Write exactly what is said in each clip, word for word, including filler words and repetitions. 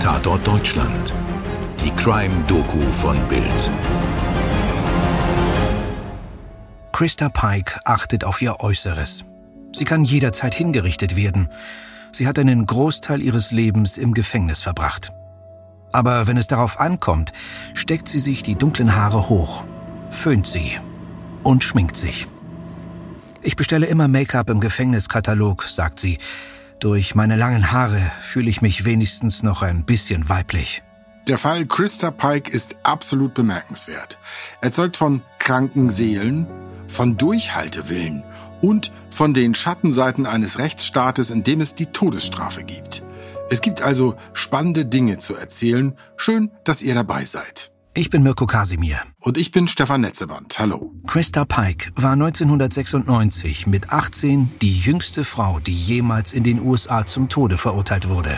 Tatort Deutschland. Die Crime-Doku von Bild. Christa Pike achtet auf ihr Äußeres. Sie kann jederzeit hingerichtet werden. Sie hat einen Großteil ihres Lebens im Gefängnis verbracht. Aber wenn es darauf ankommt, steckt sie sich die dunklen Haare hoch, föhnt sie und schminkt sich. Ich bestelle immer Make-up im Gefängniskatalog, sagt sie. Durch meine langen Haare fühle ich mich wenigstens noch ein bisschen weiblich. Der Fall Christa Pike ist absolut bemerkenswert. Er zeugt von kranken Seelen, von Durchhaltewillen und von den Schattenseiten eines Rechtsstaates, in dem es die Todesstrafe gibt. Es gibt also spannende Dinge zu erzählen. Schön, dass ihr dabei seid. Ich bin Mirko Kasimir. Und ich bin Stefan Netzeband. Hallo. Christa Pike war neunzehnhundertsechsundneunzig mit achtzehn die jüngste Frau, die jemals in den U S A zum Tode verurteilt wurde.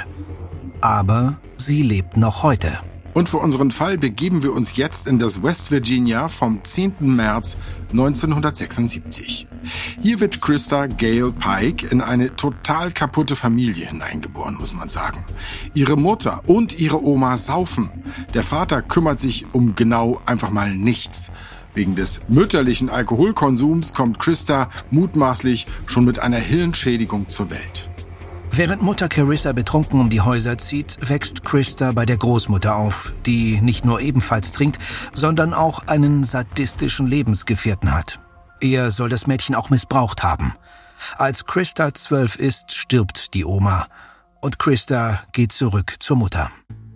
Aber sie lebt noch heute. Und für unseren Fall begeben wir uns jetzt in das West Virginia vom zehnten März neunzehnhundertsechsundsiebzig. Hier wird Christa Gail Pike in eine total kaputte Familie hineingeboren, muss man sagen. Ihre Mutter und ihre Oma saufen. Der Vater kümmert sich um genau einfach mal nichts. Wegen des mütterlichen Alkoholkonsums kommt Christa mutmaßlich schon mit einer Hirnschädigung zur Welt. Während Mutter Carissa betrunken um die Häuser zieht, wächst Christa bei der Großmutter auf, die nicht nur ebenfalls trinkt, sondern auch einen sadistischen Lebensgefährten hat. Er soll das Mädchen auch missbraucht haben. Als Christa zwölf ist, stirbt die Oma und Christa geht zurück zur Mutter.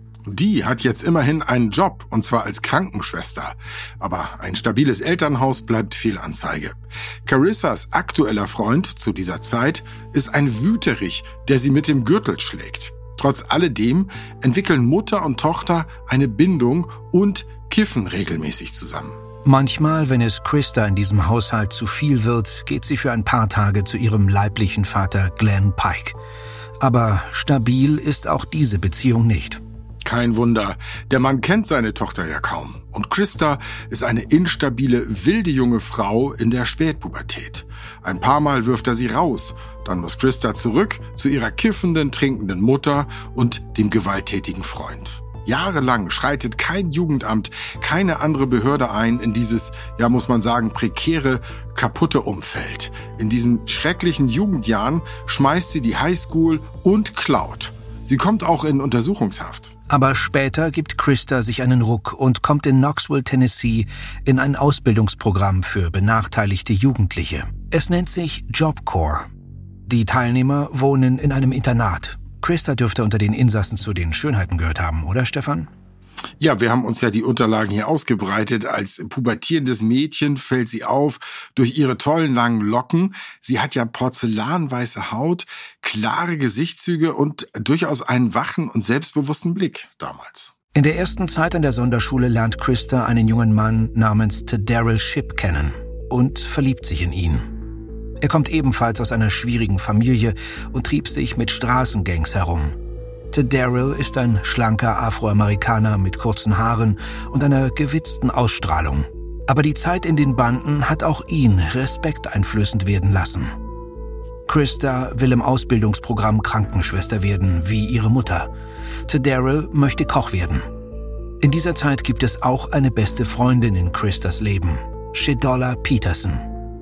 Die hat jetzt immerhin einen Job, und zwar als Krankenschwester. Aber ein stabiles Elternhaus bleibt Fehlanzeige. Carissas aktueller Freund zu dieser Zeit ist ein Wüterich, der sie mit dem Gürtel schlägt. Trotz alledem entwickeln Mutter und Tochter eine Bindung und kiffen regelmäßig zusammen. Manchmal, wenn es Christa in diesem Haushalt zu viel wird, geht sie für ein paar Tage zu ihrem leiblichen Vater Glenn Pike. Aber stabil ist auch diese Beziehung nicht. Kein Wunder, der Mann kennt seine Tochter ja kaum. Und Christa ist eine instabile, wilde junge Frau in der Spätpubertät. Ein paar Mal wirft er sie raus. Dann muss Christa zurück zu ihrer kiffenden, trinkenden Mutter und dem gewalttätigen Freund. Jahrelang schreitet kein Jugendamt, keine andere Behörde ein in dieses, ja muss man sagen, prekäre, kaputte Umfeld. In diesen schrecklichen Jugendjahren schmeißt sie die Highschool und klaut. Sie kommt auch in Untersuchungshaft. Aber später gibt Christa sich einen Ruck und kommt in Knoxville, Tennessee, in ein Ausbildungsprogramm für benachteiligte Jugendliche. Es nennt sich Job Corps. Die Teilnehmer wohnen in einem Internat. Christa dürfte unter den Insassen zu den Schönheiten gehört haben, oder Stefan? Ja, wir haben uns ja die Unterlagen hier ausgebreitet. Als pubertierendes Mädchen fällt sie auf durch ihre tollen langen Locken. Sie hat ja porzellanweiße Haut, klare Gesichtszüge und durchaus einen wachen und selbstbewussten Blick damals. In der ersten Zeit an der Sonderschule lernt Christa einen jungen Mann namens Daryl Shipp kennen und verliebt sich in ihn. Er kommt ebenfalls aus einer schwierigen Familie und trieb sich mit Straßengangs herum. Daryl ist ein schlanker Afroamerikaner mit kurzen Haaren und einer gewitzten Ausstrahlung. Aber die Zeit in den Banden hat auch ihn respekteinflößend werden lassen. Christa will im Ausbildungsprogramm Krankenschwester werden, wie ihre Mutter. Daryl möchte Koch werden. In dieser Zeit gibt es auch eine beste Freundin in Christas Leben, Shedolla Peterson.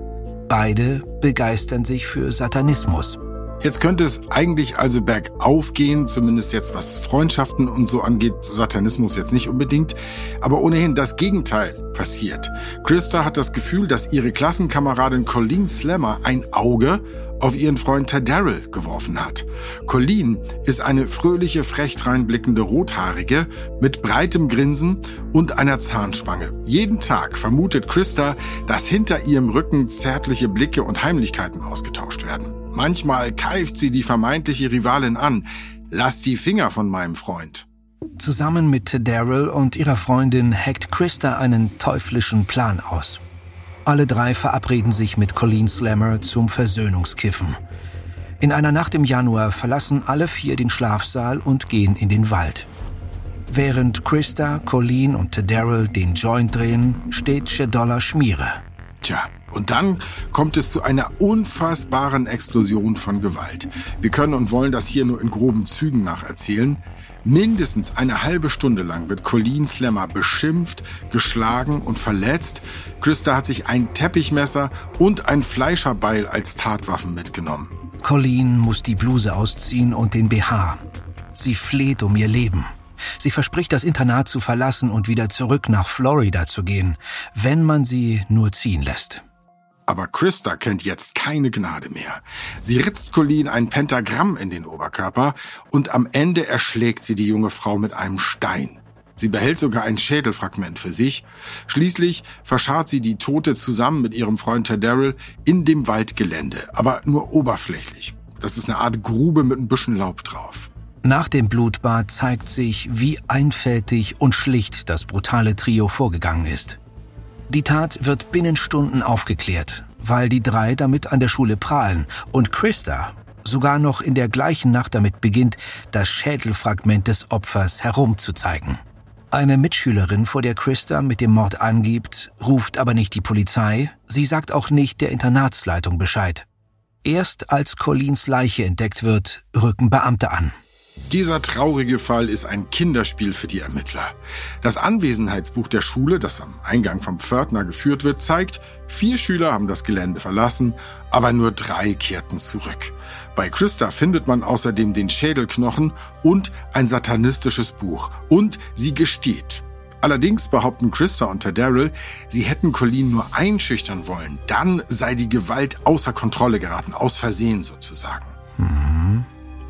Beide begeistern sich für Satanismus. Jetzt könnte es eigentlich also bergauf gehen, zumindest jetzt was Freundschaften und so angeht, Satanismus jetzt nicht unbedingt, aber ohnehin das Gegenteil passiert. Christa hat das Gefühl, dass ihre Klassenkameradin Colleen Slammer ein Auge auf ihren Freund Daryl geworfen hat. Colleen ist eine fröhliche, frech reinblickende Rothaarige mit breitem Grinsen und einer Zahnspange. Jeden Tag vermutet Christa, dass hinter ihrem Rücken zärtliche Blicke und Heimlichkeiten ausgetauscht werden. Manchmal keift sie die vermeintliche Rivalin an. Lass die Finger von meinem Freund. Zusammen mit Daryl und ihrer Freundin heckt Christa einen teuflischen Plan aus. Alle drei verabreden sich mit Colleen Slammer zum Versöhnungskiffen. In einer Nacht im Januar verlassen alle vier den Schlafsaal und gehen in den Wald. Während Christa, Colleen und Daryl den Joint drehen, steht Shedolla Schmiere. Tja, Und dann kommt es zu einer unfassbaren Explosion von Gewalt. Wir können und wollen das hier nur in groben Zügen nacherzählen. Mindestens eine halbe Stunde lang wird Colleen Slammer beschimpft, geschlagen und verletzt. Christa hat sich ein Teppichmesser und ein Fleischerbeil als Tatwaffen mitgenommen. Colleen muss die Bluse ausziehen und den B H. Sie fleht um ihr Leben. Sie verspricht, das Internat zu verlassen und wieder zurück nach Florida zu gehen, wenn man sie nur ziehen lässt. Aber Christa kennt jetzt keine Gnade mehr. Sie ritzt Colleen ein Pentagramm in den Oberkörper und am Ende erschlägt sie die junge Frau mit einem Stein. Sie behält sogar ein Schädelfragment für sich. Schließlich verscharrt sie die Tote zusammen mit ihrem Freund Darryl in dem Waldgelände, aber nur oberflächlich. Das ist eine Art Grube mit ein bisschen Laub drauf. Nach dem Blutbad zeigt sich, wie einfältig und schlicht das brutale Trio vorgegangen ist. Die Tat wird binnen Stunden aufgeklärt, weil die drei damit an der Schule prahlen und Christa sogar noch in der gleichen Nacht damit beginnt, das Schädelfragment des Opfers herumzuzeigen. Eine Mitschülerin, vor der Christa mit dem Mord angibt, ruft aber nicht die Polizei, sie sagt auch nicht der Internatsleitung Bescheid. Erst als Colleens Leiche entdeckt wird, rücken Beamte an. Dieser traurige Fall ist ein Kinderspiel für die Ermittler. Das Anwesenheitsbuch der Schule, das am Eingang vom Pförtner geführt wird, zeigt, vier Schüler haben das Gelände verlassen, aber nur drei kehrten zurück. Bei Christa findet man außerdem den Schädelknochen und ein satanistisches Buch. Und sie gesteht. Allerdings behaupten Christa und Darryl, sie hätten Colleen nur einschüchtern wollen. Dann sei die Gewalt außer Kontrolle geraten, aus Versehen sozusagen. Mhm.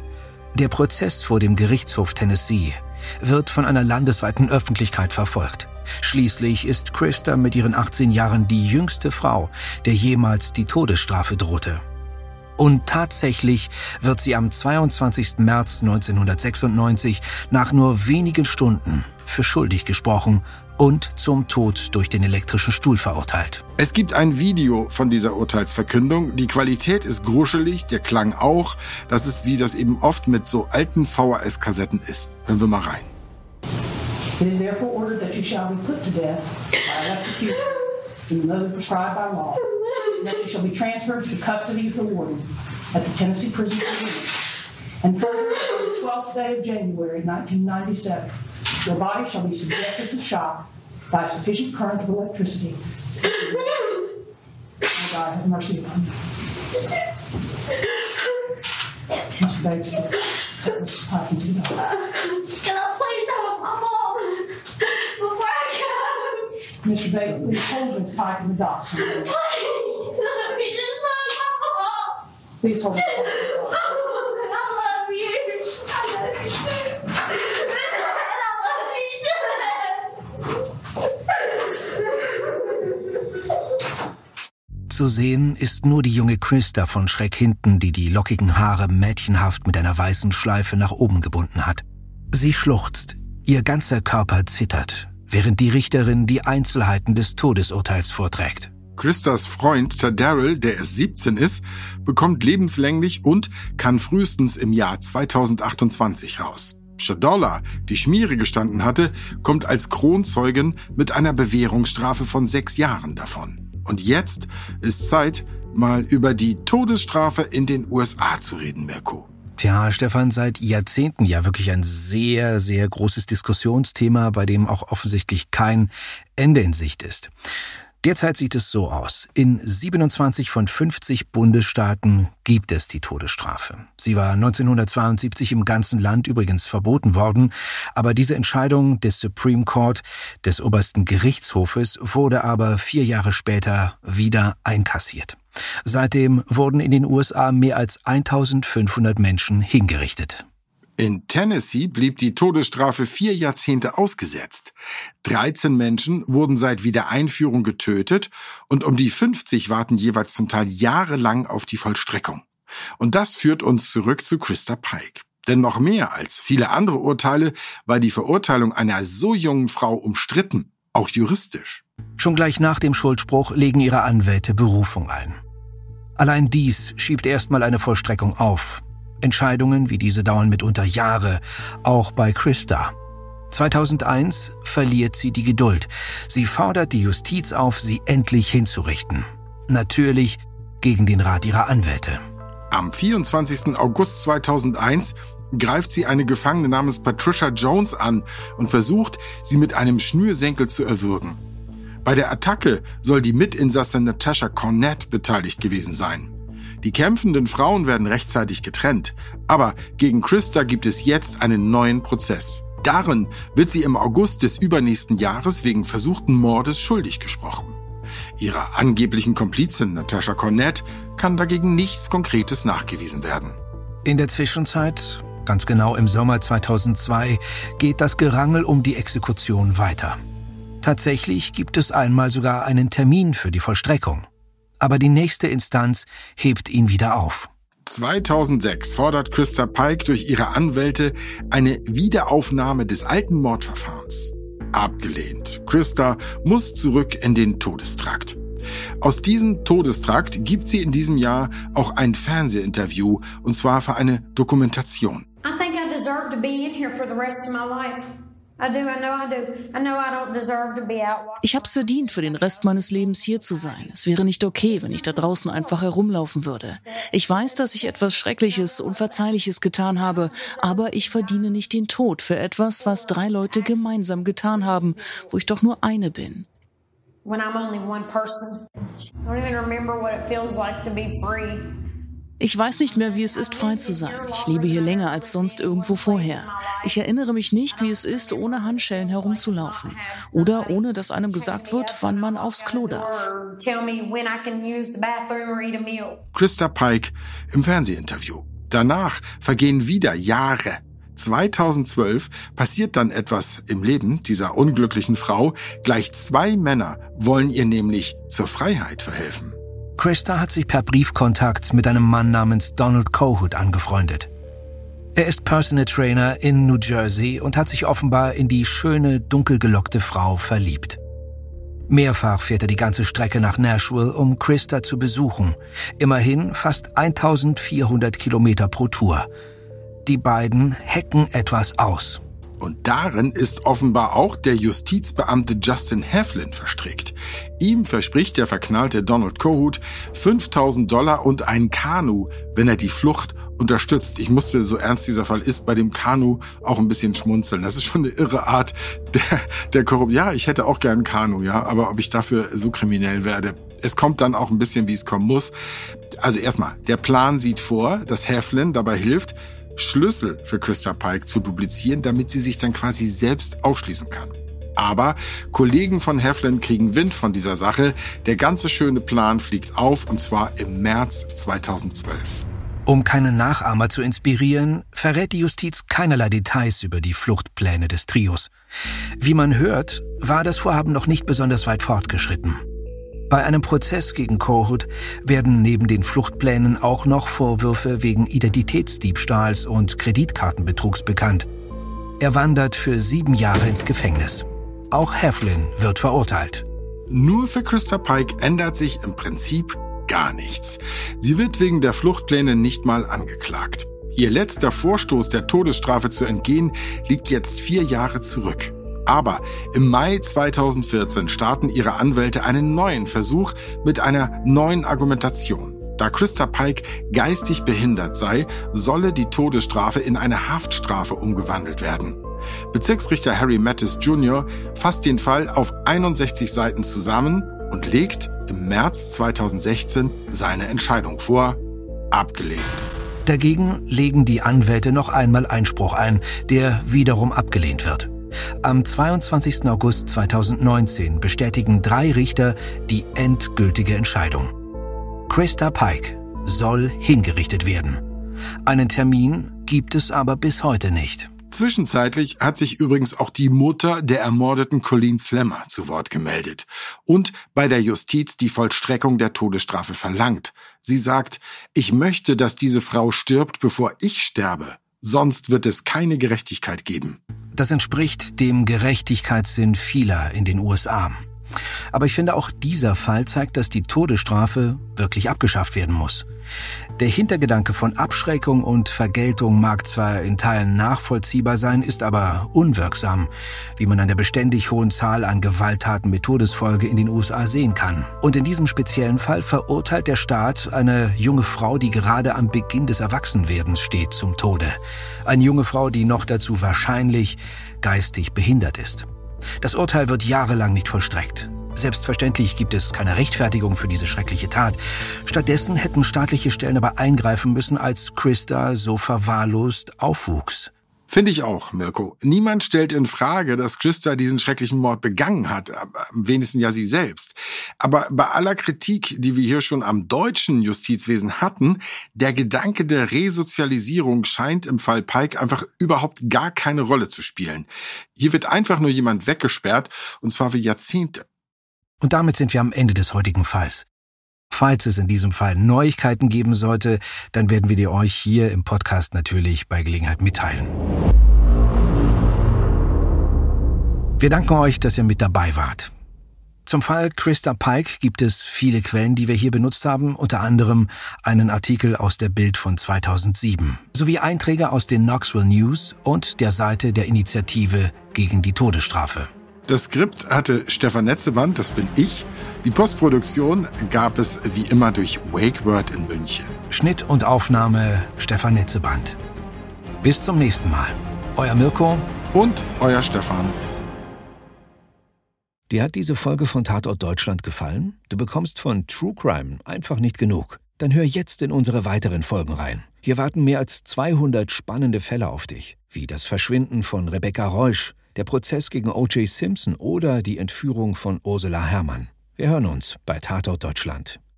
Der Prozess vor dem Gerichtshof Tennessee wird von einer landesweiten Öffentlichkeit verfolgt. Schließlich ist Christa mit ihren achtzehn Jahren die jüngste Frau, der jemals die Todesstrafe drohte. Und tatsächlich wird sie am zweiundzwanzigsten März neunzehnhundertsechsundneunzig nach nur wenigen Stunden für schuldig gesprochen und zum Tod durch den elektrischen Stuhl verurteilt. Es gibt ein Video von dieser Urteilsverkündung. Die Qualität ist gruschelig, der Klang auch. Das ist, wie das eben oft mit so alten V H S-Kassetten ist. Hören wir mal rein. It is therefore ordered that you shall be put to death by electrocution in the method prescribed by law, and that you shall be transferred to the custody of the warden at the Tennessee Prison for Women. And further, on the twelfth day of January nineteen ninety-seven, your body shall be subjected to shock by a sufficient current of electricity. Oh God, have mercy upon you. Mister Bates, put this pipe into the dog. Can I please have my mom before I go? Mister Bates, please hold this pipe in the dock. Please, let me just love my mom. Please hold this pipe in the dock. I love you. I love you too. And I love you too. Zu sehen ist nur die junge Christa von schräg hinten, die die lockigen Haare mädchenhaft mit einer weißen Schleife nach oben gebunden hat. Sie schluchzt, ihr ganzer Körper zittert, während die Richterin die Einzelheiten des Todesurteils vorträgt. Christas Freund Darryl, der erst siebzehn ist, bekommt lebenslänglich und kann frühestens im Jahr zweitausendachtundzwanzig raus. Shadolla, die Schmiere gestanden hatte, kommt als Kronzeugin mit einer Bewährungsstrafe von sechs Jahren davon. Und jetzt ist Zeit, mal über die Todesstrafe in den U S A zu reden, Mirko. Tja, Stefan, seit Jahrzehnten ja wirklich ein sehr, sehr großes Diskussionsthema, bei dem auch offensichtlich kein Ende in Sicht ist. Derzeit sieht es so aus. In siebenundzwanzig von fünfzig Bundesstaaten gibt es die Todesstrafe. Sie war neunzehnhundertzweiundsiebzig im ganzen Land übrigens verboten worden, aber diese Entscheidung des Supreme Court, des obersten Gerichtshofes, wurde aber vier Jahre später wieder einkassiert. Seitdem wurden in den U S A mehr als eintausendfünfhundert Menschen hingerichtet. In Tennessee blieb die Todesstrafe vier Jahrzehnte ausgesetzt. dreizehn Menschen wurden seit Wiedereinführung getötet und um die fünfzig warten jeweils zum Teil jahrelang auf die Vollstreckung. Und das führt uns zurück zu Christa Pike. Denn noch mehr als viele andere Urteile war die Verurteilung einer so jungen Frau umstritten, auch juristisch. Schon gleich nach dem Schuldspruch legen ihre Anwälte Berufung ein. Allein dies schiebt erstmal eine Vollstreckung auf. Entscheidungen wie diese dauern mitunter Jahre, auch bei Christa. zweitausendeins verliert sie die Geduld. Sie fordert die Justiz auf, sie endlich hinzurichten. Natürlich gegen den Rat ihrer Anwälte. Am vierundzwanzigsten August zweitausendeins greift sie eine Gefangene namens Patricia Jones an und versucht, sie mit einem Schnürsenkel zu erwürgen. Bei der Attacke soll die Mitinsasse Natasha Cornett beteiligt gewesen sein. Die kämpfenden Frauen werden rechtzeitig getrennt, aber gegen Christa gibt es jetzt einen neuen Prozess. Darin wird sie im August des übernächsten Jahres wegen versuchten Mordes schuldig gesprochen. Ihrer angeblichen Komplizin Natasha Cornett kann dagegen nichts Konkretes nachgewiesen werden. In der Zwischenzeit, ganz genau im Sommer zweitausendzwei, geht das Gerangel um die Exekution weiter. Tatsächlich gibt es einmal sogar einen Termin für die Vollstreckung. Aber die nächste Instanz hebt ihn wieder auf. zweitausendsechs fordert Christa Pike durch ihre Anwälte eine Wiederaufnahme des alten Mordverfahrens. Abgelehnt. Christa muss zurück in den Todestrakt. Aus diesem Todestrakt gibt sie in diesem Jahr auch ein Fernsehinterview, und zwar für eine Dokumentation. I think I deserve to be in here for the rest of my life. I do, I know I do. I know I don't deserve to be out. Ich hab's verdient, für den Rest meines Lebens hier zu sein. Es wäre nicht okay, wenn ich da draußen einfach herumlaufen würde. Ich weiß, dass ich etwas Schreckliches, Unverzeihliches getan habe, aber ich verdiene nicht den Tod für etwas, was drei Leute gemeinsam getan haben, wo ich doch nur eine bin. When I'm only one person. I don't even remember what it feels like to be free. Ich weiß nicht mehr, wie es ist, frei zu sein. Ich lebe hier länger als sonst irgendwo vorher. Ich erinnere mich nicht, wie es ist, ohne Handschellen herumzulaufen. Oder ohne, dass einem gesagt wird, wann man aufs Klo darf. Christa Pike im Fernsehinterview. Danach vergehen wieder Jahre. zweitausendzwölf passiert dann etwas im Leben dieser unglücklichen Frau. Gleich zwei Männer wollen ihr nämlich zur Freiheit verhelfen. Christa hat sich per Briefkontakt mit einem Mann namens Donald Kohut angefreundet. Er ist Personal Trainer in New Jersey und hat sich offenbar in die schöne, dunkelgelockte Frau verliebt. Mehrfach fährt er die ganze Strecke nach Nashville, um Christa zu besuchen. Immerhin fast eintausendvierhundert Kilometer pro Tour. Die beiden hacken etwas aus. Und darin ist offenbar auch der Justizbeamte Justin Heflin verstrickt. Ihm verspricht der verknallte Donald Kohut fünftausend Dollar und ein Kanu, wenn er die Flucht unterstützt. Ich musste, so ernst dieser Fall ist, bei dem Kanu auch ein bisschen schmunzeln. Das ist schon eine irre Art der, der Korruption. Ja, ich hätte auch gern ein Kanu, ja, aber ob ich dafür so kriminell werde. Es kommt dann auch ein bisschen, wie es kommen muss. Also erstmal, der Plan sieht vor, dass Heflin dabei hilft, Schlüssel für Christa Pike zu duplizieren, damit sie sich dann quasi selbst aufschließen kann. Aber Kollegen von Heflin kriegen Wind von dieser Sache. Der ganze schöne Plan fliegt auf, und zwar im März zweitausendzwölf. Um keine Nachahmer zu inspirieren, verrät die Justiz keinerlei Details über die Fluchtpläne des Trios. Wie man hört, war das Vorhaben noch nicht besonders weit fortgeschritten. Bei einem Prozess gegen Kohut werden neben den Fluchtplänen auch noch Vorwürfe wegen Identitätsdiebstahls und Kreditkartenbetrugs bekannt. Er wandert für sieben Jahre ins Gefängnis. Auch Heflin wird verurteilt. Nur für Christa Pike ändert sich im Prinzip gar nichts. Sie wird wegen der Fluchtpläne nicht mal angeklagt. Ihr letzter Vorstoß, der Todesstrafe zu entgehen, liegt jetzt vier Jahre zurück. Aber im Mai zweitausendvierzehn starten ihre Anwälte einen neuen Versuch mit einer neuen Argumentation. Da Christa Pike geistig behindert sei, solle die Todesstrafe in eine Haftstrafe umgewandelt werden. Bezirksrichter Harry Mattis Junior fasst den Fall auf einundsechzig Seiten zusammen und legt im März zweitausendsechzehn seine Entscheidung vor. Abgelehnt. Dagegen legen die Anwälte noch einmal Einspruch ein, der wiederum abgelehnt wird. Am zweiundzwanzigsten August zweitausendneunzehn bestätigen drei Richter die endgültige Entscheidung. Christa Pike soll hingerichtet werden. Einen Termin gibt es aber bis heute nicht. Zwischenzeitlich hat sich übrigens auch die Mutter der ermordeten Colleen Slammer zu Wort gemeldet und bei der Justiz die Vollstreckung der Todesstrafe verlangt. Sie sagt, ich möchte, dass diese Frau stirbt, bevor ich sterbe. Sonst wird es keine Gerechtigkeit geben. Das entspricht dem Gerechtigkeitssinn vieler in den U S A. Aber ich finde, auch dieser Fall zeigt, dass die Todesstrafe wirklich abgeschafft werden muss. Der Hintergedanke von Abschreckung und Vergeltung mag zwar in Teilen nachvollziehbar sein, ist aber unwirksam, wie man an der beständig hohen Zahl an Gewalttaten mit Todesfolge in den U S A sehen kann. Und in diesem speziellen Fall verurteilt der Staat eine junge Frau, die gerade am Beginn des Erwachsenwerdens steht, zum Tode. Eine junge Frau, die noch dazu wahrscheinlich geistig behindert ist. Das Urteil wird jahrelang nicht vollstreckt. Selbstverständlich gibt es keine Rechtfertigung für diese schreckliche Tat. Stattdessen hätten staatliche Stellen aber eingreifen müssen, als Christa so verwahrlost aufwuchs. Finde ich auch, Mirko. Niemand stellt in Frage, dass Christa diesen schrecklichen Mord begangen hat, am wenigsten ja sie selbst. Aber bei aller Kritik, die wir hier schon am deutschen Justizwesen hatten, der Gedanke der Resozialisierung scheint im Fall Pike einfach überhaupt gar keine Rolle zu spielen. Hier wird einfach nur jemand weggesperrt, und zwar für Jahrzehnte. Und damit sind wir am Ende des heutigen Falls. Falls es in diesem Fall Neuigkeiten geben sollte, dann werden wir die euch hier im Podcast natürlich bei Gelegenheit mitteilen. Wir danken euch, dass ihr mit dabei wart. Zum Fall Christa Pike gibt es viele Quellen, die wir hier benutzt haben, unter anderem einen Artikel aus der Bild von zweitausendsieben, sowie Einträge aus den Knoxville News und der Seite der Initiative gegen die Todesstrafe. Das Skript hatte Stefan Netzeband, das bin ich. Die Postproduktion gab es wie immer durch WakeWord in München. Schnitt und Aufnahme Stefan Netzeband. Bis zum nächsten Mal. Euer Mirko und euer Stefan. Dir hat diese Folge von Tatort Deutschland gefallen? Du bekommst von True Crime einfach nicht genug. Dann hör jetzt in unsere weiteren Folgen rein. Hier warten mehr als zweihundert spannende Fälle auf dich, wie das Verschwinden von Rebecca Reusch, der Prozess gegen O J Simpson oder die Entführung von Ursula Herrmann. Wir hören uns bei Tatort Deutschland.